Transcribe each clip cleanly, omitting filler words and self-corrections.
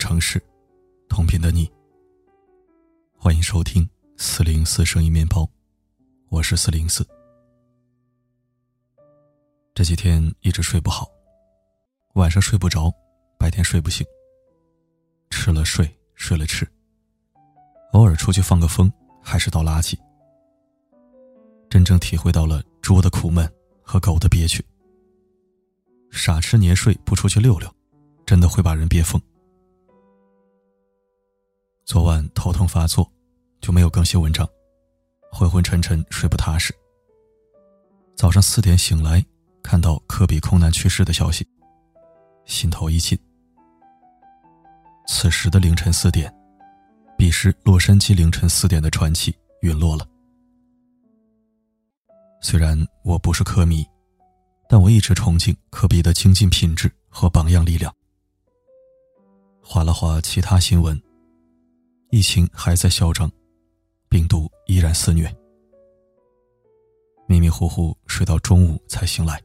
城市，同频的你。欢迎收听404声音面包，我是404。这几天一直睡不好，晚上睡不着，白天睡不醒，吃了睡，睡了吃，偶尔出去放个风，还是倒垃圾。真正体会到了猪的苦闷和狗的憋屈。傻吃年睡不出去溜溜，真的会把人憋疯。昨晚头痛发作，就没有更新文章，昏昏沉沉睡不踏实。早上4点醒来，看到科比空难去世的消息，心头一紧。此时的凌晨4点，彼时洛杉矶凌晨4点的传奇陨落了。虽然我不是科迷，但我一直崇敬科比的精进品质和榜样力量。划了划其他新闻，疫情还在嚣张，病毒依然肆虐。迷迷糊糊睡到中午才醒来。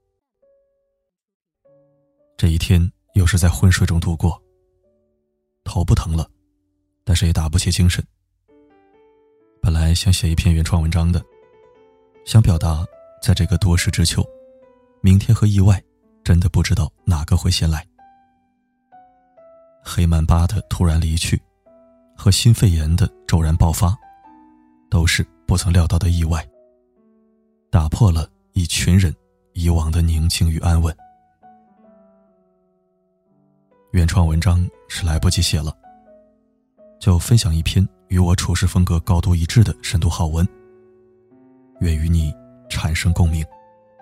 这一天又是在昏睡中度过，头不疼了，但是也打不起精神。本来想写一篇原创文章的，想表达在这个多事之秋，明天和意外真的不知道哪个会先来。黑曼巴的突然离去和新肺炎的骤然爆发，都是不曾料到的意外，打破了一群人以往的宁静与安稳。原创文章是来不及写了，就分享一篇与我处事风格高度一致的深度好文，愿与你产生共鸣。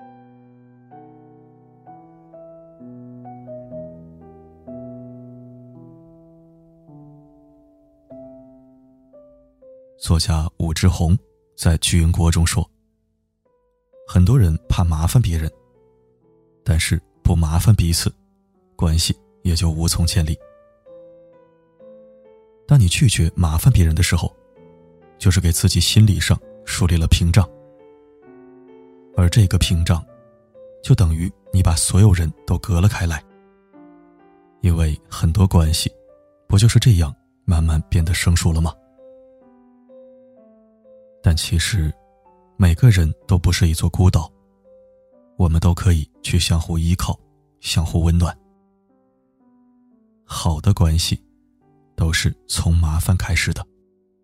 作家武志红在《巨婴国》中说，很多人怕麻烦别人，但是不麻烦彼此，关系也就无从建立。当你拒绝麻烦别人的时候，就是给自己心理上树立了屏障，而这个屏障就等于你把所有人都隔了开来。因为很多关系不就是这样慢慢变得生疏了吗？但其实每个人都不是一座孤岛，我们都可以去相互依靠，相互温暖。好的关系都是从麻烦开始的。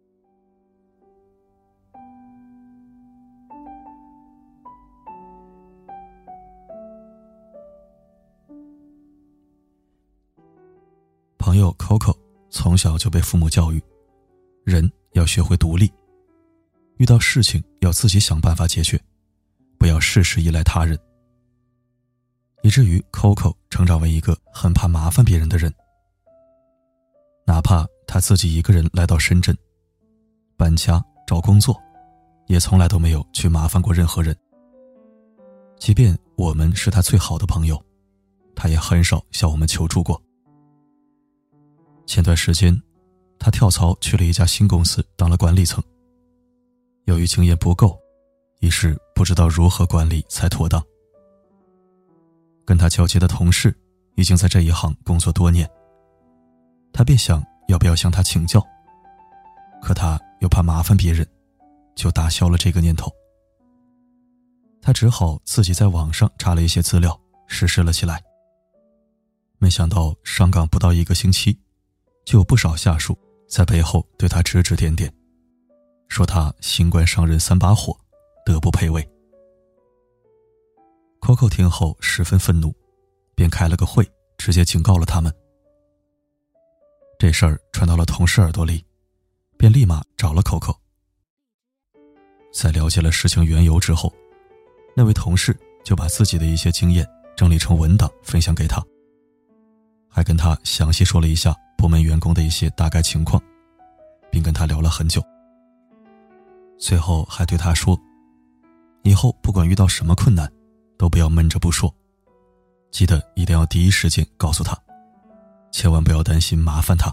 朋友 Coco 从小就被父母教育，人要学会独立，遇到事情要自己想办法解决，不要事事依赖他人。以至于 Coco 成长为一个很怕麻烦别人的人。哪怕他自己一个人来到深圳，搬家找工作，也从来都没有去麻烦过任何人。即便我们是他最好的朋友，他也很少向我们求助过。前段时间他跳槽去了一家新公司当了管理层，由于经验不够，一时不知道如何管理才妥当。跟他交接的同事已经在这一行工作多年，他便想要不要向他请教，可他又怕麻烦别人，就打消了这个念头。他只好自己在网上查了一些资料，实施了起来。没想到上岗不到1个星期，就有不少下属在背后对他指指点点，说他新官上任3把火，德不配位。Coco 听后十分愤怒，便开了个会，直接警告了他们。这事儿传到了同事耳朵里，便立马找了 Coco。 在了解了事情缘由之后，那位同事就把自己的一些经验整理成文档分享给他，还跟他详细说了一下部门员工的一些大概情况，并跟他聊了很久。最后还对他说，以后不管遇到什么困难，都不要闷着不说，记得一定要第一时间告诉他，千万不要担心麻烦他。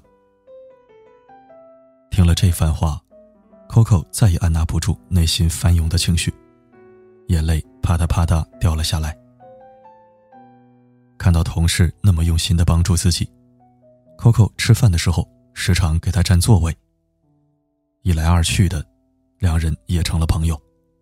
听了这番话， Coco 再也按捺不住内心翻涌的情绪，眼泪啪嗒啪嗒掉了下来。看到同事那么用心地帮助自己， Coco 吃饭的时候时常给他占座位，一来二去的，两人也成了朋友。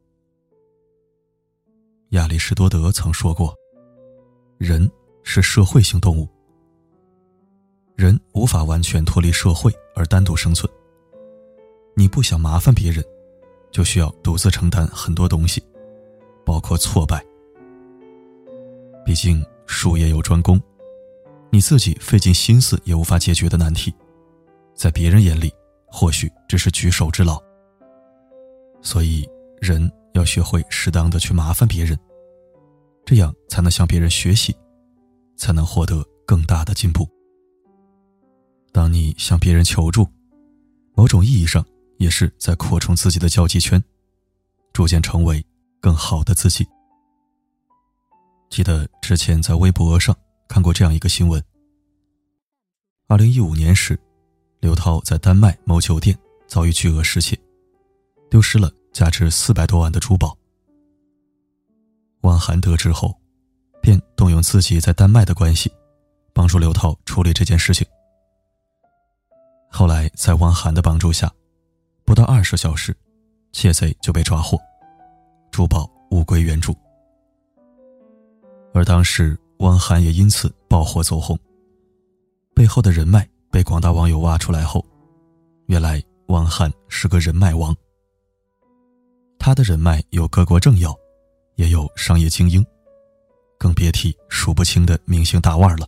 亚里士多德曾说过，人是社会性动物，人无法完全脱离社会而单独生存。你不想麻烦别人，就需要独自承担很多东西，包括挫败。毕竟术业有专攻，你自己费尽心思也无法解决的难题，在别人眼里或许只是举手之劳。所以人要学会适当的去麻烦别人，这样才能向别人学习，才能获得更大的进步。当你向别人求助，某种意义上也是在扩充自己的交际圈，逐渐成为更好的自己。记得之前在微博上看过这样一个新闻，2015年时，刘涛在丹麦某酒店遭遇巨额失窃，丢失了价值400多万的珠宝。汪涵得知后，便动用自己在丹麦的关系，帮助刘涛处理这件事情。后来在汪涵的帮助下，不到20小时，窃贼就被抓获，珠宝物归原主。而当时汪涵也因此爆火走红，背后的人脉被广大网友挖出来后，原来汪涵是个人脉王。他的人脉有各国政要，也有商业精英，更别提数不清的明星大腕了。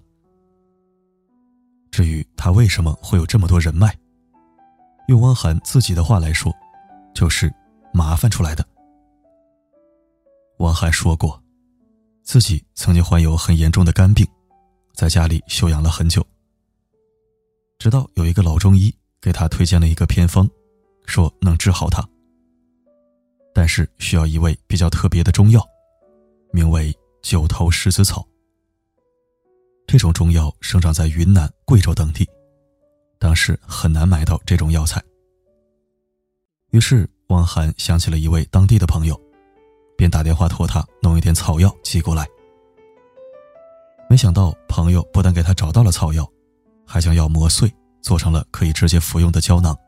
至于他为什么会有这么多人脉，用汪涵自己的话来说，就是麻烦出来的。汪涵说过，自己曾经患有很严重的肝病，在家里休养了很久，直到有一个老中医给他推荐了一个偏方，说能治好他，但是需要一味比较特别的中药，名为九头狮子草。这种中药生长在云南、贵州等地，当时很难买到这种药材。于是汪涵想起了一位当地的朋友，便打电话托他弄一点草药寄过来。没想到朋友不但给他找到了草药，还将药磨碎，做成了可以直接服用的胶囊。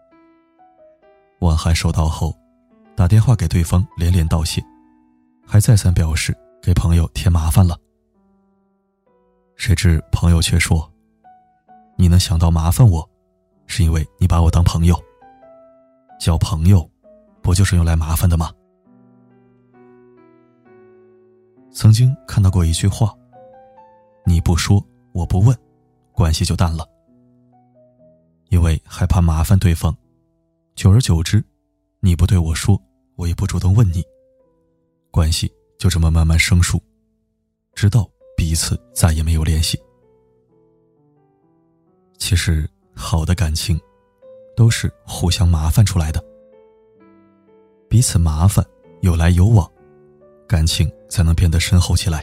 汪涵收到后，打电话给对方连连道谢，还再三表示给朋友添麻烦了。谁知朋友却说，你能想到麻烦我，是因为你把我当朋友，交朋友不就是用来麻烦的吗？曾经看到过一句话，你不说我不问，关系就淡了。因为害怕麻烦对方，久而久之，你不对我说，我也不主动问你，关系就这么慢慢生疏，直到彼此再也没有联系。其实好的感情都是互相麻烦出来的，彼此麻烦，有来有往，感情才能变得深厚起来。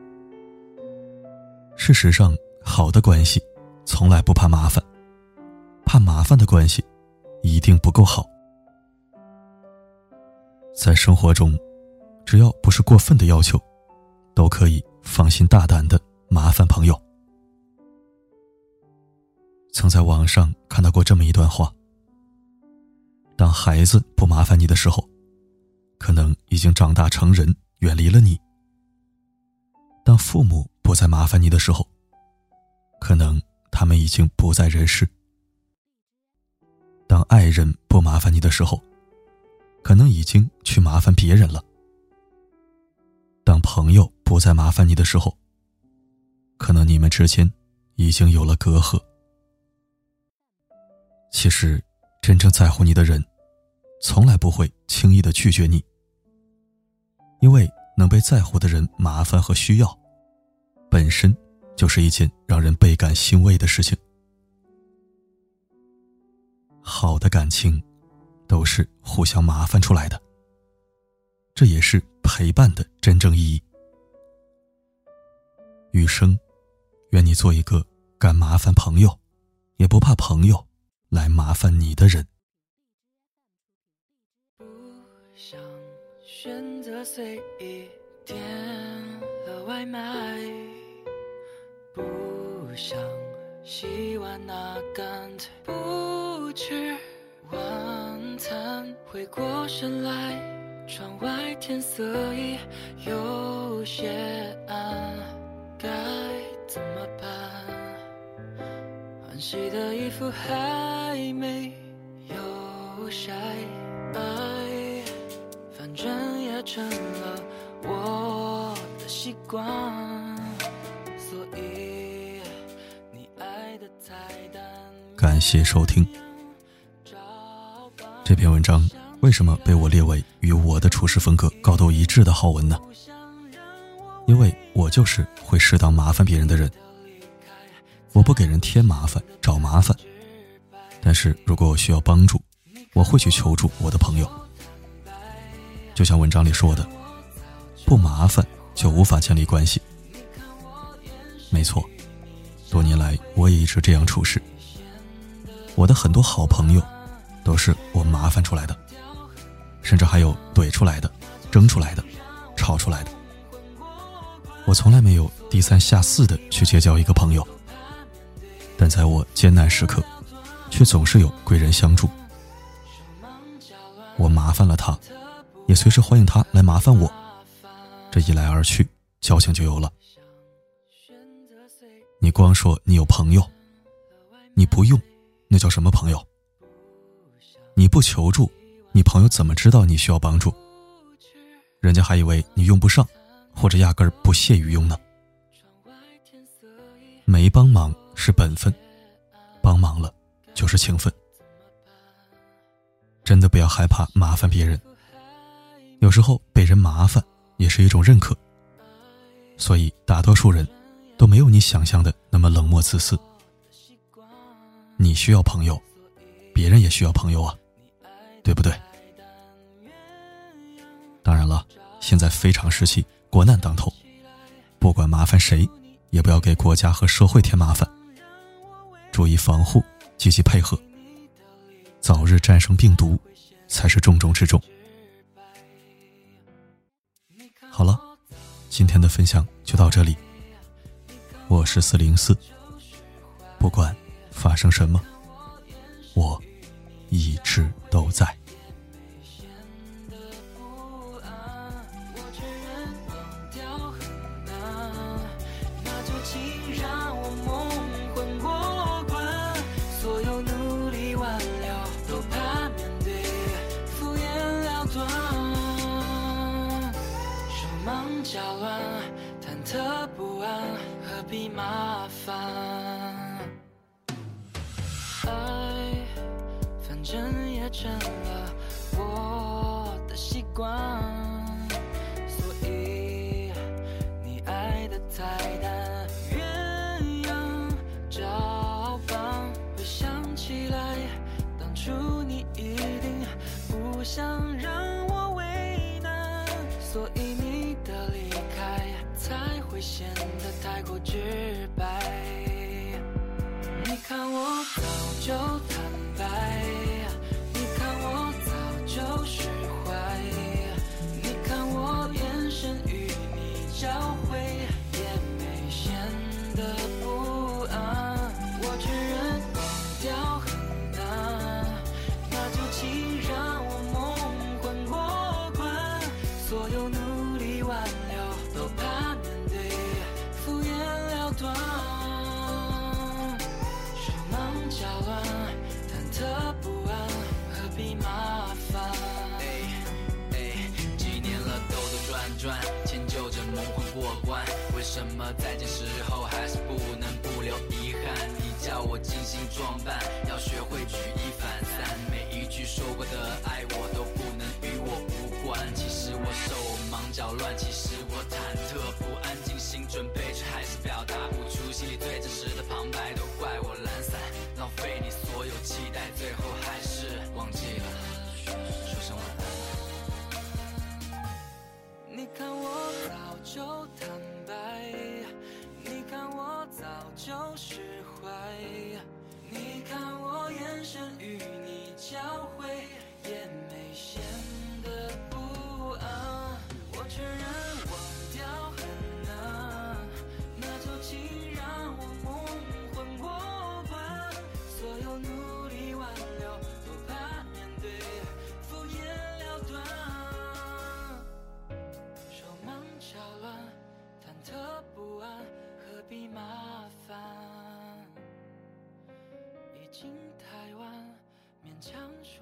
事实上，好的关系从来不怕麻烦，怕麻烦的关系一定不够好。在生活中，只要不是过分的要求，都可以放心大胆的麻烦朋友。曾在网上看到过这么一段话，当孩子不麻烦你的时候，可能已经长大成人，远离了你。当父母不再麻烦你的时候，可能他们已经不在人世。当爱人不麻烦你的时候，可能已经去麻烦别人了。当朋友不再麻烦你的时候，可能你们之间已经有了隔阂。其实真正在乎你的人从来不会轻易地拒绝你，因为能被在乎的人麻烦和需要，本身就是一件让人倍感欣慰的事情。好的感情都是互相麻烦出来的，这也是陪伴的真正意义。余生，愿你做一个敢麻烦朋友，也不怕朋友来麻烦你的人。 不想选择随意点了外卖，不想洗碗拿干脆不吃晚餐，回过神来，窗外天色已有些暗，该怎么办？换洗的衣服还没有晒，爱反正也成了我的习惯，所以你爱的菜单。 感谢收听。这篇文章为什么被我列为与我的处事风格高度一致的好文呢？因为我就是会适当麻烦别人的人，我不给人添麻烦找麻烦，但是如果我需要帮助，我会去求助我的朋友。就像文章里说的，不麻烦就无法建立关系。没错，多年来我也一直这样处事。我的很多好朋友都是我麻烦出来的，甚至还有怼出来的、争出来的、吵出来的。我从来没有低三下四的去结交一个朋友，但在我艰难时刻，却总是有贵人相助。我麻烦了他，也随时欢迎他来麻烦我，这一来而去，交情就有了。你光说你有朋友，你不用，那叫什么朋友？你不求助，你朋友怎么知道你需要帮助？人家还以为你用不上，或者压根儿不屑于用呢。没帮忙是本分，帮忙了就是情分。真的不要害怕麻烦别人，有时候被人麻烦也是一种认可。所以大多数人都没有你想象的那么冷漠自私。你需要朋友，别人也需要朋友啊，对不对？当然了，现在非常时期，国难当头，不管麻烦谁，也不要给国家和社会添麻烦，注意防护，积极配合，早日战胜病毒才是重中之重。好了，今天的分享就到这里，我是404，不管发生什么，我一直都在。 搅乱，忐忑不安，何必麻烦？爱，反正也成了我的习惯，所以你爱的菜单，鸳鸯照榜，回想起来，当初你一定不想让我为难，所以你的离开才会显得太过直白。你看我早就坦白，你看我早就释怀，你看我眼神与你交汇，也没显得不安。我承认忘掉很难，那就请让我梦魂过关，所有努力挽留都怕面对敷衍了断，手忙脚乱，忐忑不安，何必麻烦？ 几年了兜兜转转，迁就着梦魂过关，为什么再见时候还是不能不留遗憾？你叫我精心装扮，要学会举一反三，每一句说过的爱我都不能与我无关。其实我手忙脚乱，其实我忐忑不安，精心准备却还是表达不出心里最真实的旁白，都怪我懒散，浪费你所有期待，最后还是忘记了说声晚安。 你看我早就坦白，你看我早就释怀，你看我眼神与你交汇，也没显得不安。我承认忘掉很难，那就请让我梦魂过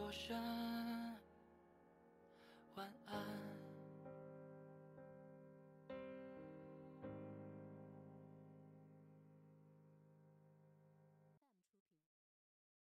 脱身。